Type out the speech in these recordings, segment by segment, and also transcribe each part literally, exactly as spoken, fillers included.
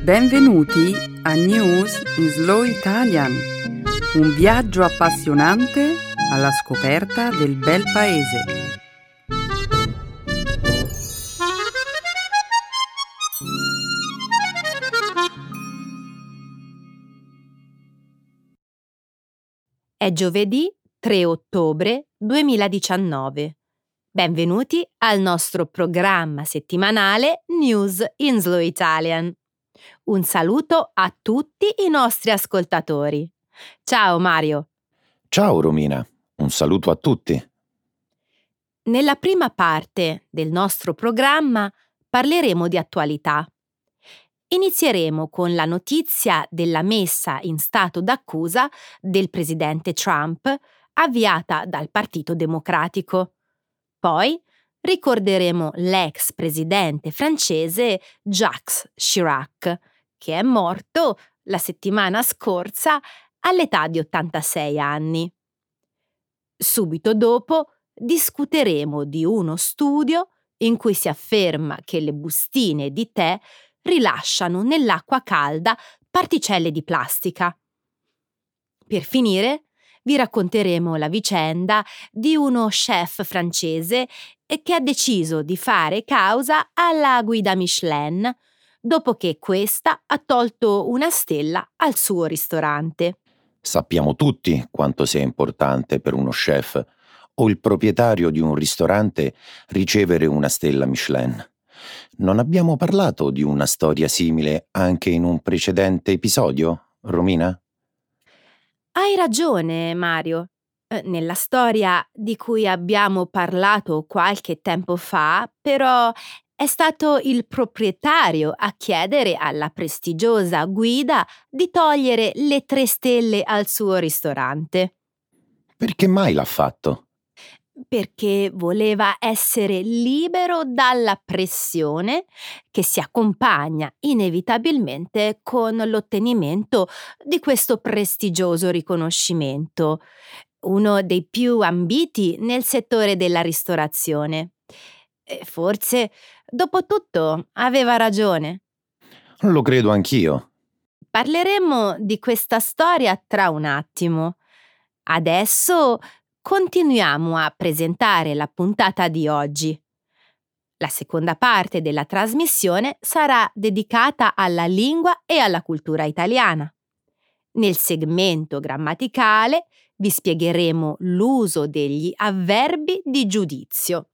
Benvenuti a News in Slow Italian, un viaggio appassionante alla scoperta del bel paese. È giovedì tre ottobre duemiladiciannove. Benvenuti al nostro programma settimanale News in Slow Italian. Un saluto a tutti i nostri ascoltatori. Ciao Mario. Ciao Romina, un saluto a tutti. Nella prima parte del nostro programma parleremo di attualità. Inizieremo con la notizia della messa in stato d'accusa del presidente Trump, avviata dal Partito Democratico. Poi ricorderemo l'ex presidente francese Jacques Chirac, che è morto la settimana scorsa all'età di ottantasei anni. Subito dopo discuteremo di uno studio in cui si afferma che le bustine di tè rilasciano nell'acqua calda particelle di plastica. Per finire, vi racconteremo la vicenda di uno chef francese che ha deciso di fare causa alla guida Michelin dopo che questa ha tolto una stella al suo ristorante. Sappiamo tutti quanto sia importante per uno chef o il proprietario di un ristorante ricevere una stella Michelin. Non abbiamo parlato di una storia simile anche in un precedente episodio, Romina? Hai ragione, Mario. Eh, Nella storia di cui abbiamo parlato qualche tempo fa, però, è stato il proprietario a chiedere alla prestigiosa guida di togliere le tre stelle al suo ristorante. Perché mai l'ha fatto? Perché voleva essere libero dalla pressione che si accompagna inevitabilmente con l'ottenimento di questo prestigioso riconoscimento, uno dei più ambiti nel settore della ristorazione. E forse, dopo tutto, aveva ragione. Lo credo anch'io. Parleremo di questa storia tra un attimo. Adesso continuiamo a presentare la puntata di oggi. La seconda parte della trasmissione sarà dedicata alla lingua e alla cultura italiana. Nel segmento grammaticale vi spiegheremo l'uso degli avverbi di giudizio.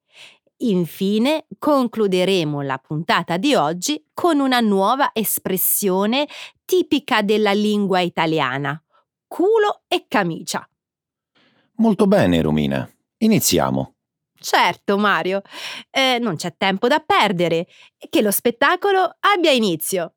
Infine concluderemo la puntata di oggi con una nuova espressione tipica della lingua italiana: culo e camicia. Molto bene, Romina. Iniziamo. Certo, Mario, eh, non c'è tempo da perdere. Che lo spettacolo abbia inizio.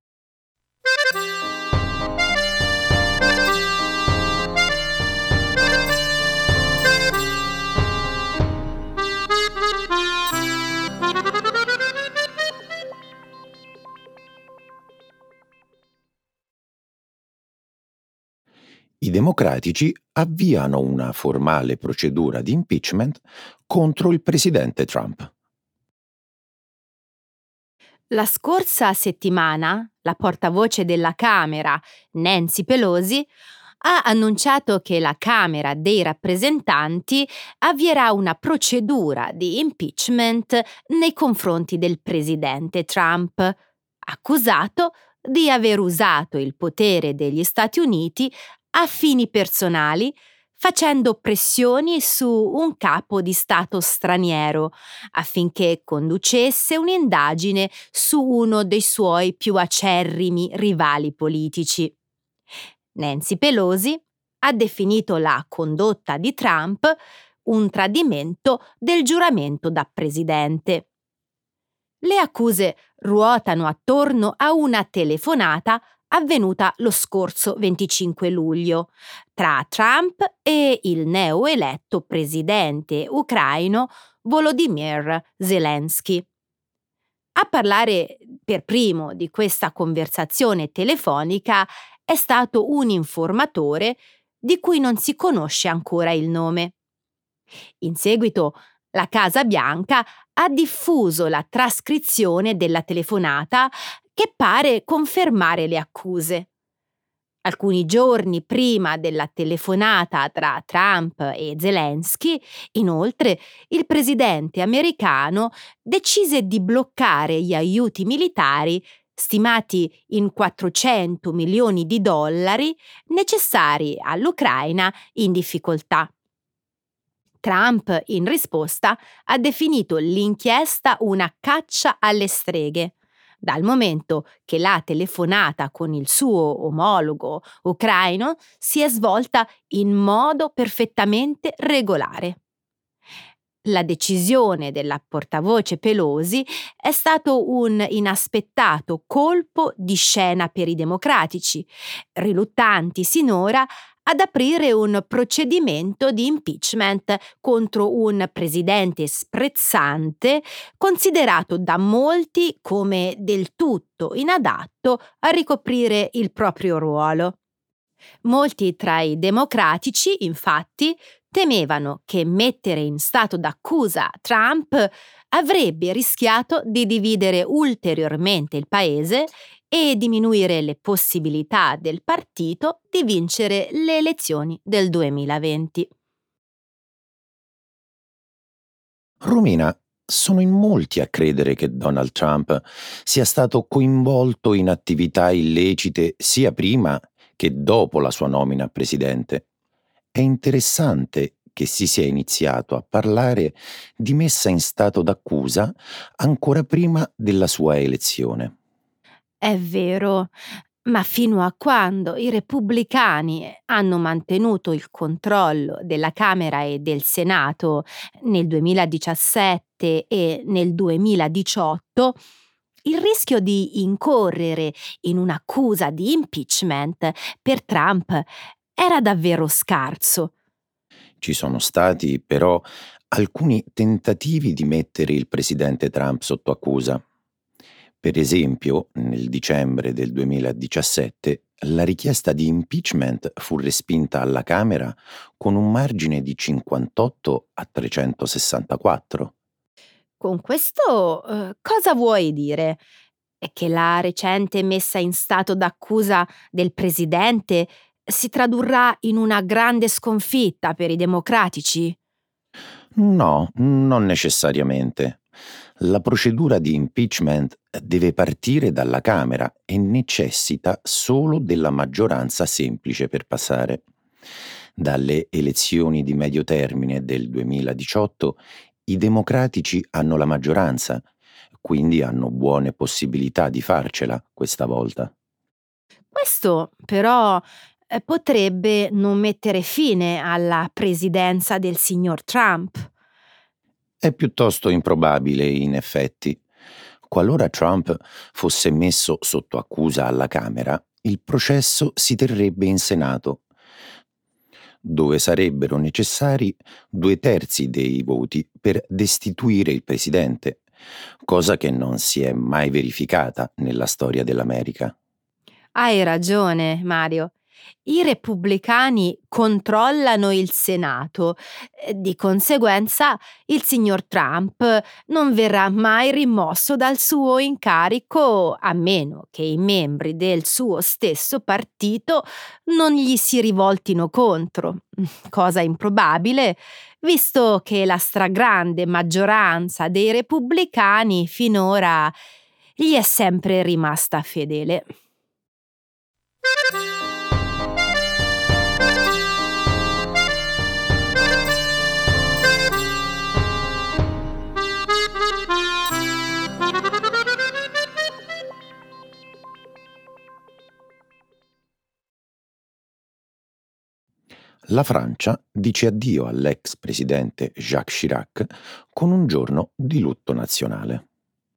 I democratici avviano una formale procedura di impeachment contro il presidente Trump. La scorsa settimana, la portavoce della Camera, Nancy Pelosi, ha annunciato che la Camera dei rappresentanti avvierà una procedura di impeachment nei confronti del presidente Trump, accusato di aver usato il potere degli Stati Uniti a fini personali, facendo pressioni su un capo di Stato straniero affinché conducesse un'indagine su uno dei suoi più acerrimi rivali politici. Nancy Pelosi ha definito la condotta di Trump un tradimento del giuramento da presidente. Le accuse ruotano attorno a una telefonata avvenuta lo scorso venticinque luglio tra Trump e il neoeletto presidente ucraino Volodymyr Zelensky. A parlare per primo di questa conversazione telefonica è stato un informatore di cui non si conosce ancora il nome. In seguito, la Casa Bianca ha diffuso la trascrizione della telefonata che pare confermare le accuse. Alcuni giorni prima della telefonata tra Trump e Zelensky, inoltre, il presidente americano decise di bloccare gli aiuti militari stimati in quattrocento milioni di dollari necessari all'Ucraina in difficoltà. Trump, in risposta, ha definito l'inchiesta una caccia alle streghe, dal momento che la telefonata con il suo omologo ucraino si è svolta in modo perfettamente regolare. La decisione della portavoce Pelosi è stato un inaspettato colpo di scena per i democratici, riluttanti sinora ad aprire un procedimento di impeachment contro un presidente sprezzante considerato da molti come del tutto inadatto a ricoprire il proprio ruolo. Molti tra i democratici, infatti, temevano che mettere in stato d'accusa Trump avrebbe rischiato di dividere ulteriormente il paese e diminuire le possibilità del partito di vincere le elezioni del duemilaventi. Romina, sono in molti a credere che Donald Trump sia stato coinvolto in attività illecite sia prima che dopo la sua nomina a presidente. È interessante che si sia iniziato a parlare di messa in stato d'accusa ancora prima della sua elezione. È vero, ma fino a quando i repubblicani hanno mantenuto il controllo della Camera e del Senato nel duemiladiciassette e nel duemiladiciotto, il rischio di incorrere in un'accusa di impeachment per Trump era davvero scarso. Ci sono stati però alcuni tentativi di mettere il presidente Trump sotto accusa. Per esempio, nel dicembre del duemiladiciassette, la richiesta di impeachment fu respinta alla Camera con un margine di cinquantotto a trecentosessantaquattro. Con questo eh, cosa vuoi dire? È che la recente messa in stato d'accusa del presidente si tradurrà in una grande sconfitta per i democratici? No, non necessariamente. La procedura di impeachment deve partire dalla Camera e necessita solo della maggioranza semplice per passare. Dalle elezioni di medio termine del duemiladiciotto i democratici hanno la maggioranza, quindi hanno buone possibilità di farcela questa volta. Questo però eh, potrebbe non mettere fine alla presidenza del signor Trump. È piuttosto improbabile, in effetti. Qualora Trump fosse messo sotto accusa alla Camera, il processo si terrebbe in Senato, dove sarebbero necessari due terzi dei voti per destituire il presidente, cosa che non si è mai verificata nella storia dell'America. Hai ragione, Mario. I repubblicani controllano il Senato. Eh, Di conseguenza, il signor Trump non verrà mai rimosso dal suo incarico a meno che i membri del suo stesso partito non gli si rivoltino contro, cosa improbabile, visto che la stragrande maggioranza dei repubblicani finora gli è sempre rimasta fedele. La Francia dice addio all'ex presidente Jacques Chirac con un giorno di lutto nazionale.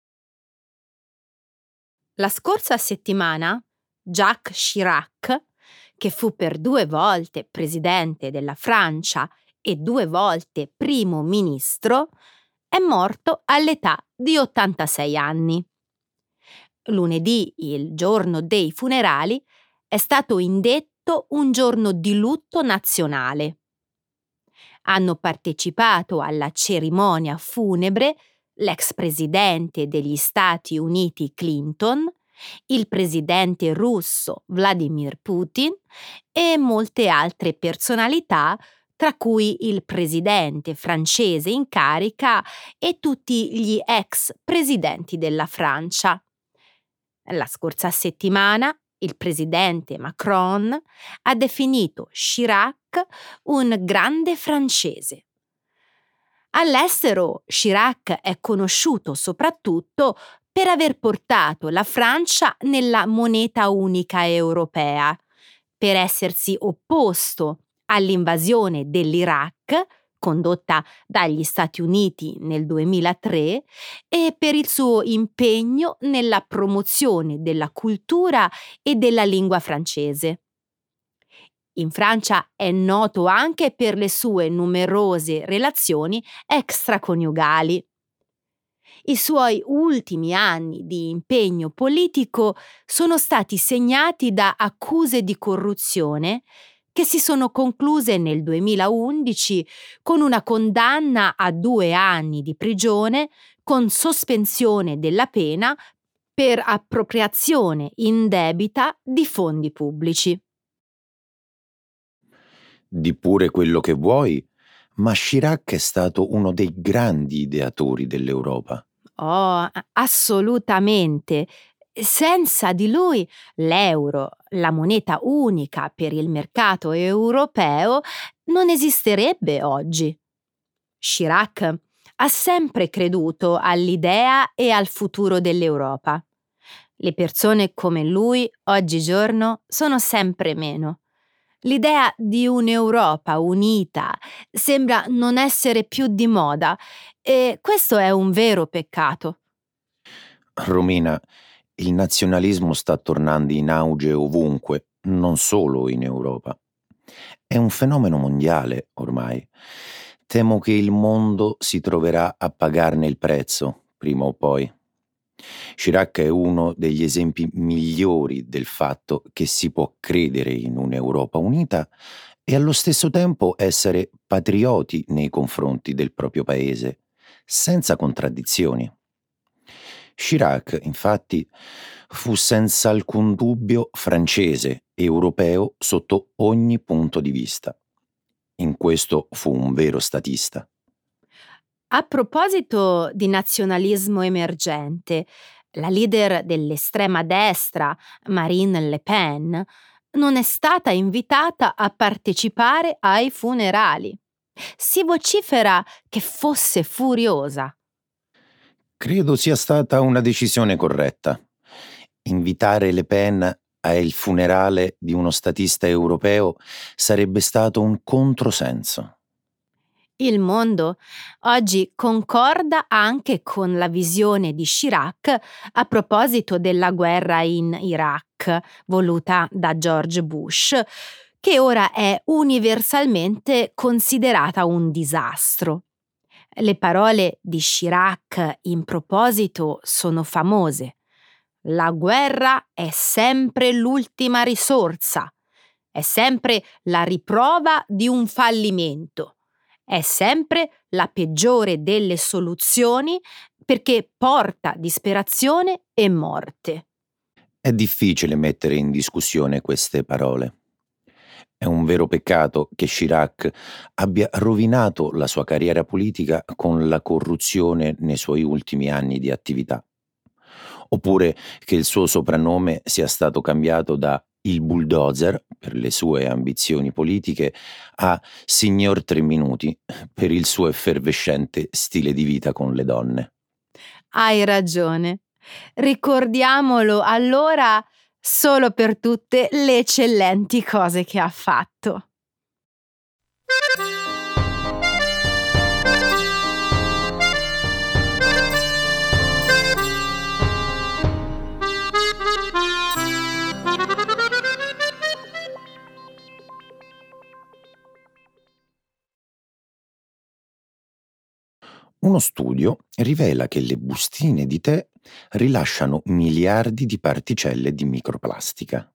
La scorsa settimana, Jacques Chirac, che fu per due volte presidente della Francia e due volte primo ministro, è morto all'età di ottantasei anni. Lunedì, il giorno dei funerali, è stato indetto un giorno di lutto nazionale. Hanno partecipato alla cerimonia funebre l'ex presidente degli Stati Uniti Clinton, il presidente russo Vladimir Putin e molte altre personalità, tra cui il presidente francese in carica e tutti gli ex presidenti della Francia. La scorsa settimana il presidente Macron ha definito Chirac un grande francese. All'estero Chirac è conosciuto soprattutto per aver portato la Francia nella moneta unica europea, per essersi opposto all'invasione dell'Iraq, condotta dagli Stati Uniti nel duemilatré, e per il suo impegno nella promozione della cultura e della lingua francese. In Francia è noto anche per le sue numerose relazioni extraconiugali. I suoi ultimi anni di impegno politico sono stati segnati da accuse di corruzione che si sono concluse nel duemilaundici con una condanna a due anni di prigione con sospensione della pena per appropriazione indebita di fondi pubblici. Di pure quello che vuoi, ma Chirac è stato uno dei grandi ideatori dell'Europa. Oh, assolutamente. Senza di lui l'euro, la moneta unica per il mercato europeo, non esisterebbe oggi. Chirac ha sempre creduto all'idea e al futuro dell'Europa. Le persone come lui oggigiorno sono sempre meno. L'idea di un'Europa unita sembra non essere più di moda e questo è un vero peccato. Romina, il nazionalismo sta tornando in auge ovunque, non solo in Europa. È un fenomeno mondiale ormai. Temo che il mondo si troverà a pagarne il prezzo, prima o poi. Chirac è uno degli esempi migliori del fatto che si può credere in un'Europa unita e allo stesso tempo essere patrioti nei confronti del proprio paese, senza contraddizioni. Chirac, infatti, fu senza alcun dubbio francese e europeo sotto ogni punto di vista. In questo fu un vero statista. A proposito di nazionalismo emergente, la leader dell'estrema destra, Marine Le Pen, non è stata invitata a partecipare ai funerali. Si vocifera che fosse furiosa. Credo sia stata una decisione corretta. Invitare Le Pen al funerale di uno statista europeo sarebbe stato un controsenso. Il mondo oggi concorda anche con la visione di Chirac a proposito della guerra in Iraq, voluta da George Bush, che ora è universalmente considerata un disastro. Le parole di Chirac in proposito sono famose. La guerra è sempre l'ultima risorsa, è sempre la riprova di un fallimento. È sempre la peggiore delle soluzioni perché porta disperazione e morte. È difficile mettere in discussione queste parole. È un vero peccato che Chirac abbia rovinato la sua carriera politica con la corruzione nei suoi ultimi anni di attività. Oppure che il suo soprannome sia stato cambiato da il bulldozer, per le sue ambizioni politiche, a Signor Tre Minuti, per il suo effervescente stile di vita con le donne. Hai ragione. Ricordiamolo allora solo per tutte le eccellenti cose che ha fatto. Uno studio rivela che le bustine di tè rilasciano miliardi di particelle di microplastica.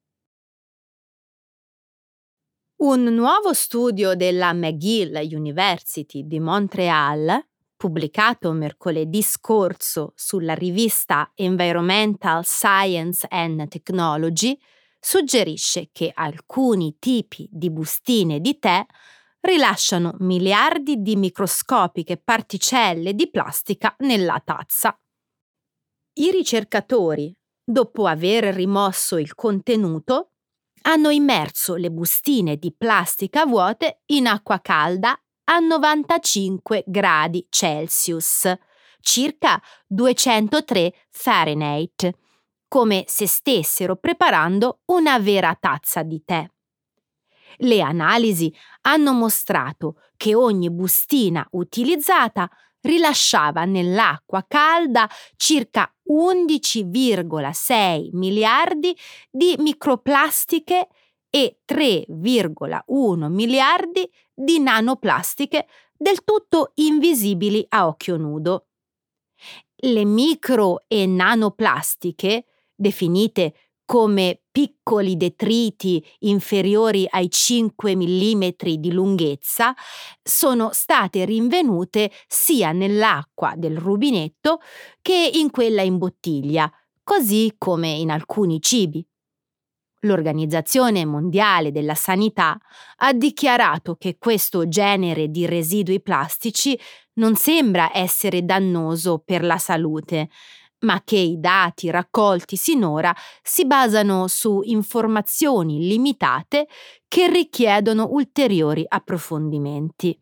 Un nuovo studio della McGill University di Montreal, pubblicato mercoledì scorso sulla rivista Environmental Science and Technology, suggerisce che alcuni tipi di bustine di tè rilasciano miliardi di microscopiche particelle di plastica nella tazza. I ricercatori, dopo aver rimosso il contenuto, hanno immerso le bustine di plastica vuote in acqua calda a novantacinque gradi Celsius, circa duecentotre Fahrenheit, come se stessero preparando una vera tazza di tè. Le analisi hanno mostrato che ogni bustina utilizzata rilasciava nell'acqua calda circa undici virgola sei miliardi di microplastiche e tre virgola uno miliardi di nanoplastiche del tutto invisibili a occhio nudo. Le micro e nanoplastiche, definite come piccoli detriti inferiori ai cinque millimetri di lunghezza, sono state rinvenute sia nell'acqua del rubinetto che in quella in bottiglia, così come in alcuni cibi. L'Organizzazione Mondiale della Sanità ha dichiarato che questo genere di residui plastici non sembra essere dannoso per la salute, ma che i dati raccolti sinora si basano su informazioni limitate che richiedono ulteriori approfondimenti.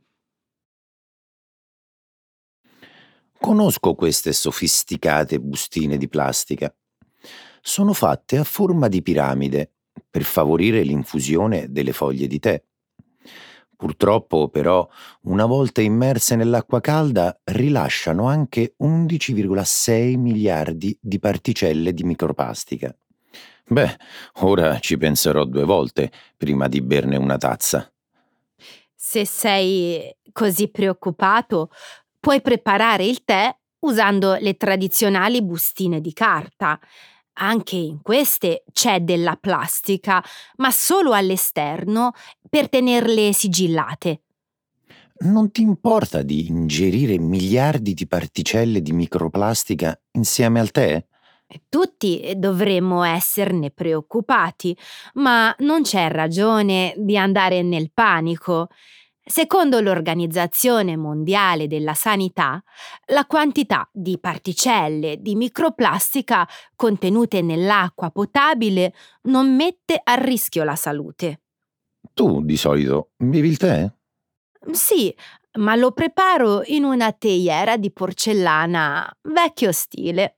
Conosco queste sofisticate bustine di plastica. Sono fatte a forma di piramide per favorire l'infusione delle foglie di tè. Purtroppo, però, una volta immerse nell'acqua calda, rilasciano anche undici virgola sei miliardi di particelle di microplastica. Beh, ora ci penserò due volte prima di berne una tazza. Se sei così preoccupato, puoi preparare il tè usando le tradizionali bustine di carta. Anche in queste c'è della plastica, ma solo all'esterno per tenerle sigillate. Non ti importa di ingerire miliardi di particelle di microplastica insieme al tè? Tutti dovremmo esserne preoccupati, ma non c'è ragione di andare nel panico. Secondo l'Organizzazione Mondiale della Sanità, la quantità di particelle di microplastica contenute nell'acqua potabile non mette a rischio la salute. Tu, di solito, bevi il tè? Sì, ma lo preparo in una teiera di porcellana vecchio stile.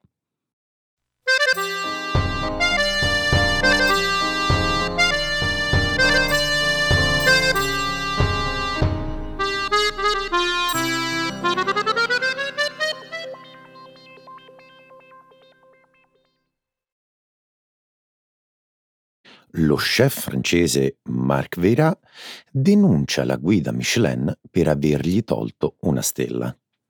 Lo chef francese Marc Veyrat denuncia la guida Michelin per avergli tolto una stella.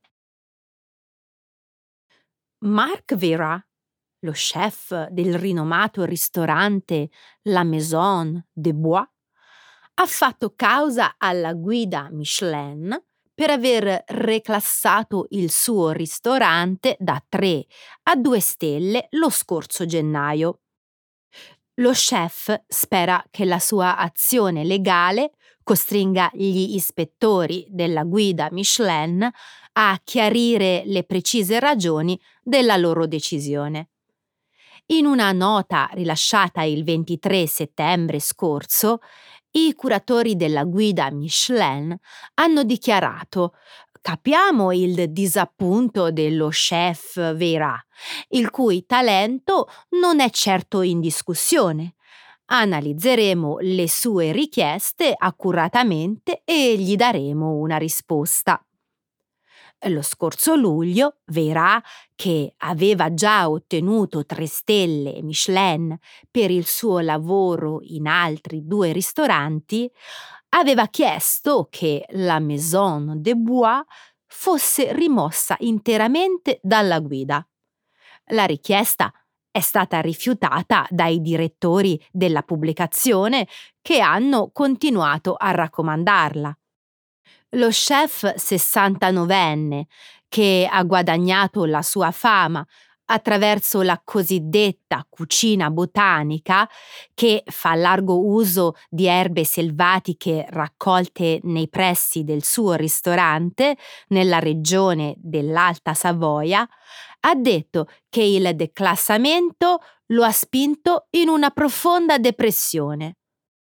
Marc Veyrat, lo chef del rinomato ristorante La Maison des Bois, ha fatto causa alla guida Michelin per aver reclassato il suo ristorante da tre a due stelle lo scorso gennaio. Lo chef spera che la sua azione legale costringa gli ispettori della guida Michelin a chiarire le precise ragioni della loro decisione. In una nota rilasciata il ventitré settembre scorso, i curatori della guida Michelin hanno dichiarato: capiamo il disappunto dello chef Veyrat, il cui talento non è certo in discussione. Analizzeremo le sue richieste accuratamente e gli daremo una risposta. Lo scorso luglio, Veyrat, che aveva già ottenuto tre stelle Michelin per il suo lavoro in altri due ristoranti, aveva chiesto che la Maison des Bois fosse rimossa interamente dalla guida. La richiesta è stata rifiutata dai direttori della pubblicazione, che hanno continuato a raccomandarla. Lo chef sessantanovenne, che ha guadagnato la sua fama attraverso la cosiddetta cucina botanica, che fa largo uso di erbe selvatiche raccolte nei pressi del suo ristorante nella regione dell'Alta Savoia, ha detto che il declassamento lo ha spinto in una profonda depressione.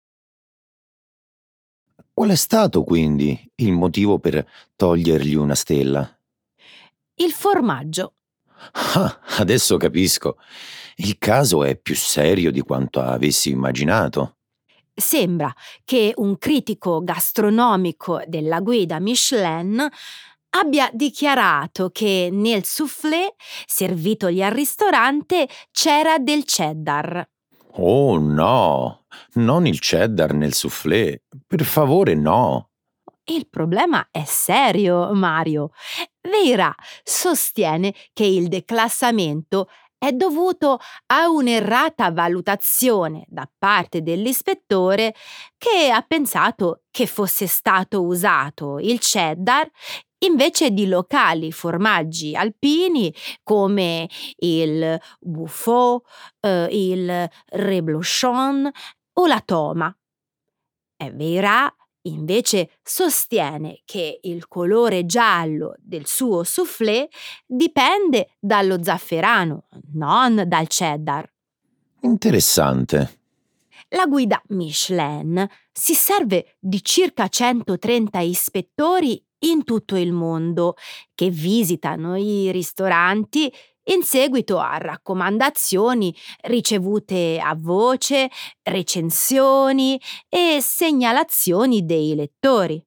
Qual è stato quindi il motivo per togliergli una stella? Il formaggio. Ah, adesso capisco. Il caso è più serio di quanto avessi immaginato. Sembra che un critico gastronomico della guida Michelin abbia dichiarato che nel soufflé servitogli al ristorante c'era del cheddar. Oh no, non il cheddar nel soufflé. Per favore, no. Il problema è serio, Mario. Vera sostiene che il declassamento è dovuto a un'errata valutazione da parte dell'ispettore, che ha pensato che fosse stato usato il cheddar invece di locali formaggi alpini come il Buffon, eh, il Reblochon o la Toma. È vera invece sostiene che il colore giallo del suo soufflé dipende dallo zafferano, non dal cheddar. Interessante. La guida Michelin si serve di circa centotrenta ispettori in tutto il mondo che visitano i ristoranti in seguito a raccomandazioni ricevute a voce, recensioni e segnalazioni dei lettori.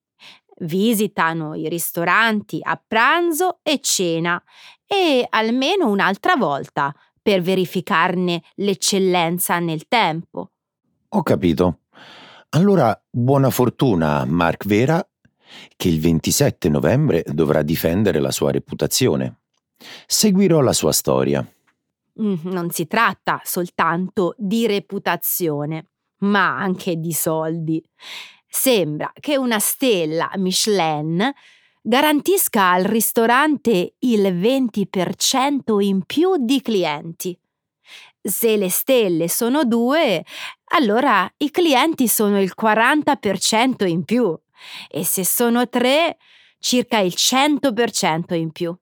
Visitano i ristoranti a pranzo e cena e almeno un'altra volta per verificarne l'eccellenza nel tempo. Ho capito. Allora, buona fortuna a Mark Vera, che il ventisette novembre dovrà difendere la sua reputazione. Seguirò la sua storia. Mm, Non si tratta soltanto di reputazione, ma anche di soldi. Sembra che una stella Michelin garantisca al ristorante il venti per cento in più di clienti. Se le stelle sono due, allora i clienti sono il quaranta per cento in più e se sono tre, circa il cento per cento in più.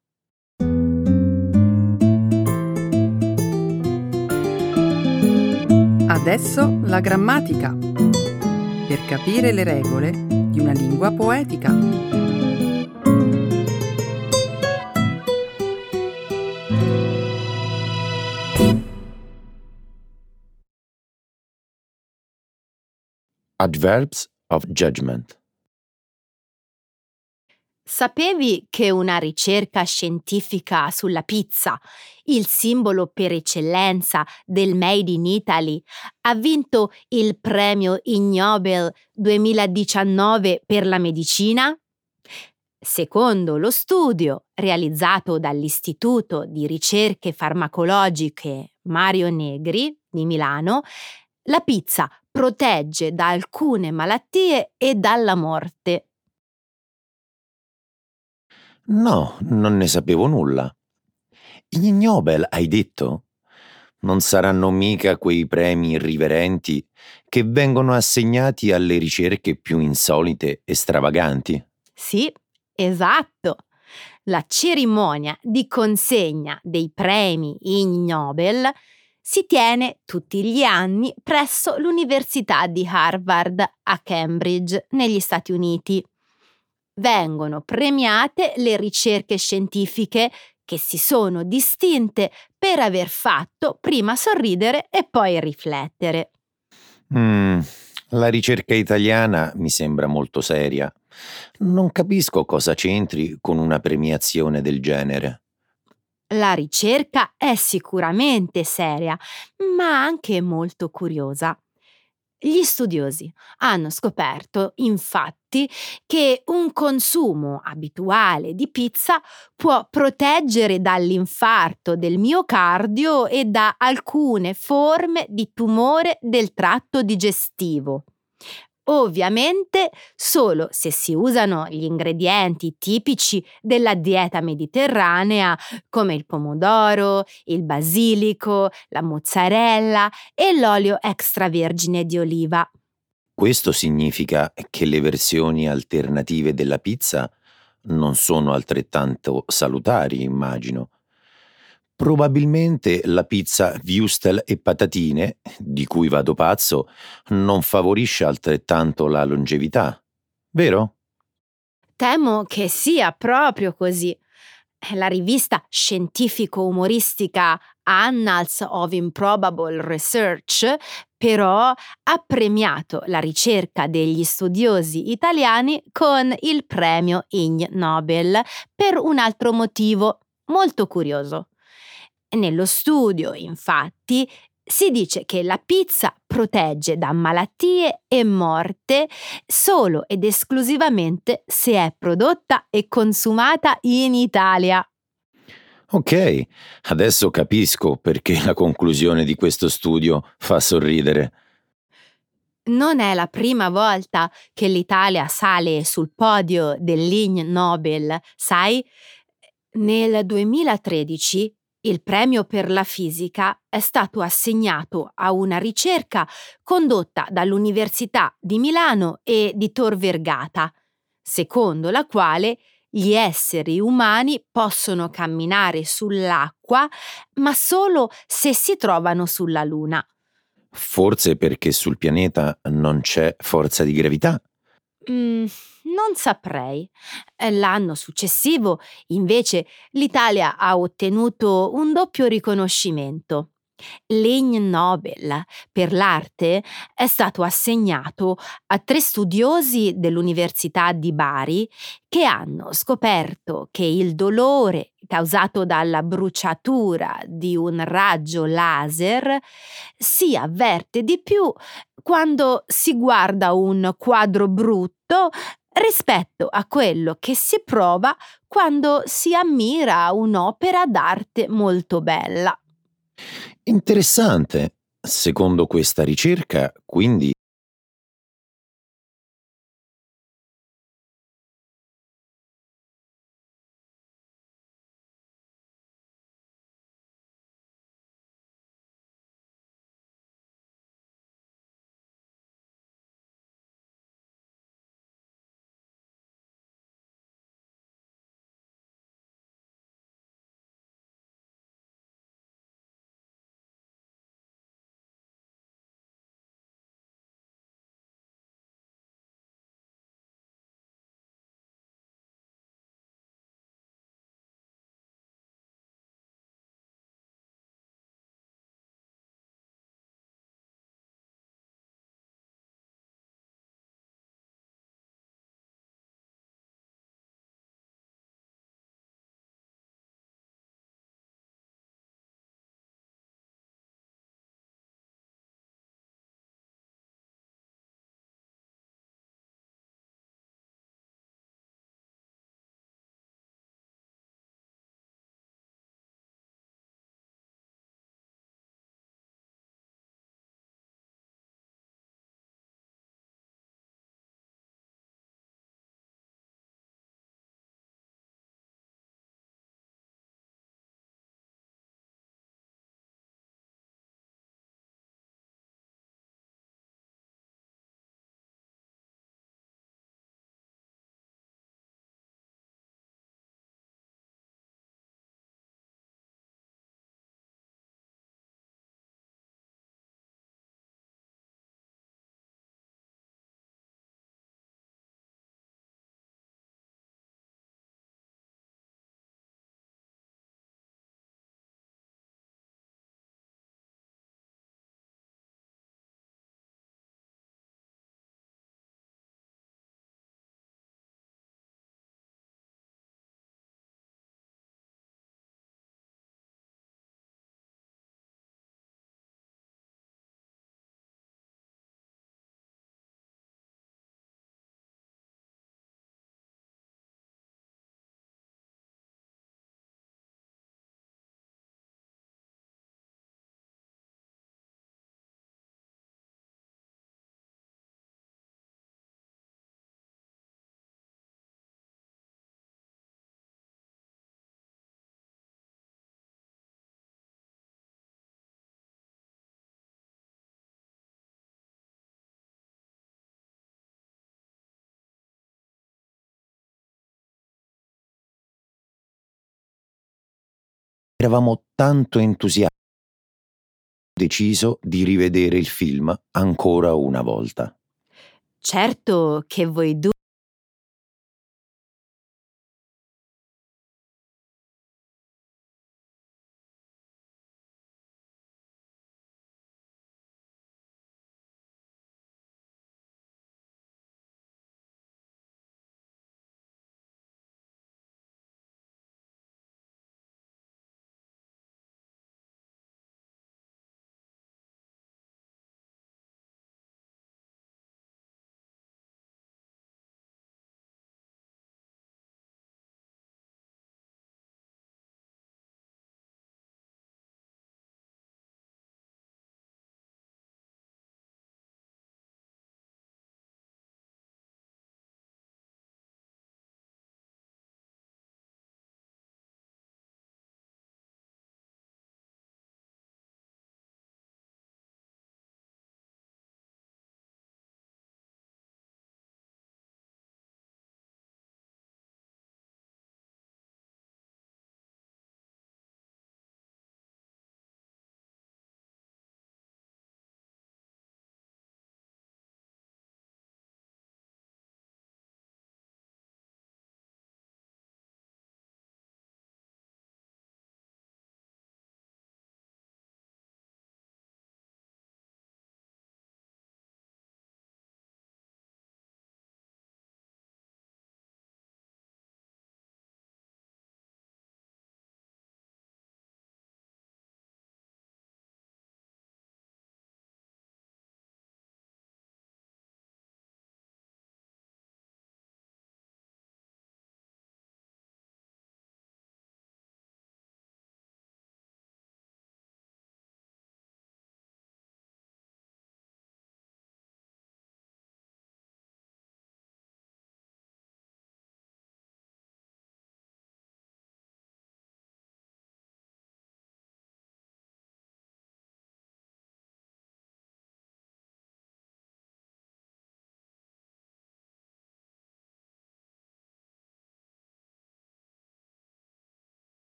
Adesso la grammatica, per capire le regole di una lingua poetica. Adverbs of judgment. Sapevi che una ricerca scientifica sulla pizza, il simbolo per eccellenza del Made in Italy, ha vinto il premio Ig Nobel duemiladiciannove per la medicina? Secondo lo studio realizzato dall'Istituto di Ricerche Farmacologiche Mario Negri di Milano, la pizza protegge da alcune malattie e dalla morte. No, non ne sapevo nulla. Gli Nobel, hai detto? Non saranno mica quei premi irriverenti che vengono assegnati alle ricerche più insolite e stravaganti? Sì, esatto. La cerimonia di consegna dei premi Ig Nobel si tiene tutti gli anni presso l'Università di Harvard a Cambridge, negli Stati Uniti. Vengono premiate le ricerche scientifiche che si sono distinte per aver fatto prima sorridere e poi riflettere. Mm, la ricerca italiana mi sembra molto seria. Non capisco cosa c'entri con una premiazione del genere. La ricerca è sicuramente seria, ma anche molto curiosa. Gli studiosi hanno scoperto, infatti, che un consumo abituale di pizza può proteggere dall'infarto del miocardio e da alcune forme di tumore del tratto digestivo. Ovviamente solo se si usano gli ingredienti tipici della dieta mediterranea come il pomodoro, il basilico, la mozzarella e l'olio extravergine di oliva. Questo significa che le versioni alternative della pizza non sono altrettanto salutari, immagino. Probabilmente la pizza wurstel e patatine, di cui vado pazzo, non favorisce altrettanto la longevità, vero? Temo che sia proprio così. La rivista scientifico-umoristica Annals of Improbable Research però ha premiato la ricerca degli studiosi italiani con il premio Ig Nobel per un altro motivo molto curioso. Nello studio, infatti, si dice che la pizza protegge da malattie e morte solo ed esclusivamente se è prodotta e consumata in Italia. Ok, adesso capisco perché la conclusione di questo studio fa sorridere. Non è la prima volta che l'Italia sale sul podio dell'Ig Nobel, sai? Nel duemilatredici il premio per la fisica è stato assegnato a una ricerca condotta dall'Università di Milano e di Tor Vergata, secondo la quale gli esseri umani possono camminare sull'acqua, ma solo se si trovano sulla Luna. Forse perché sul pianeta non c'è forza di gravità? Mm, non saprei. Eh, L'anno successivo, invece, l'Italia ha ottenuto un doppio riconoscimento. L'Ig Nobel per l'arte è stato assegnato a tre studiosi dell'Università di Bari che hanno scoperto che il dolore causato dalla bruciatura di un raggio laser si avverte di più quando si guarda un quadro brutto rispetto a quello che si prova quando si ammira un'opera d'arte molto bella. Interessante. Secondo questa ricerca, quindi Eravamo tanto entusiasti, ho deciso di rivedere il film ancora una volta. Certo che voi due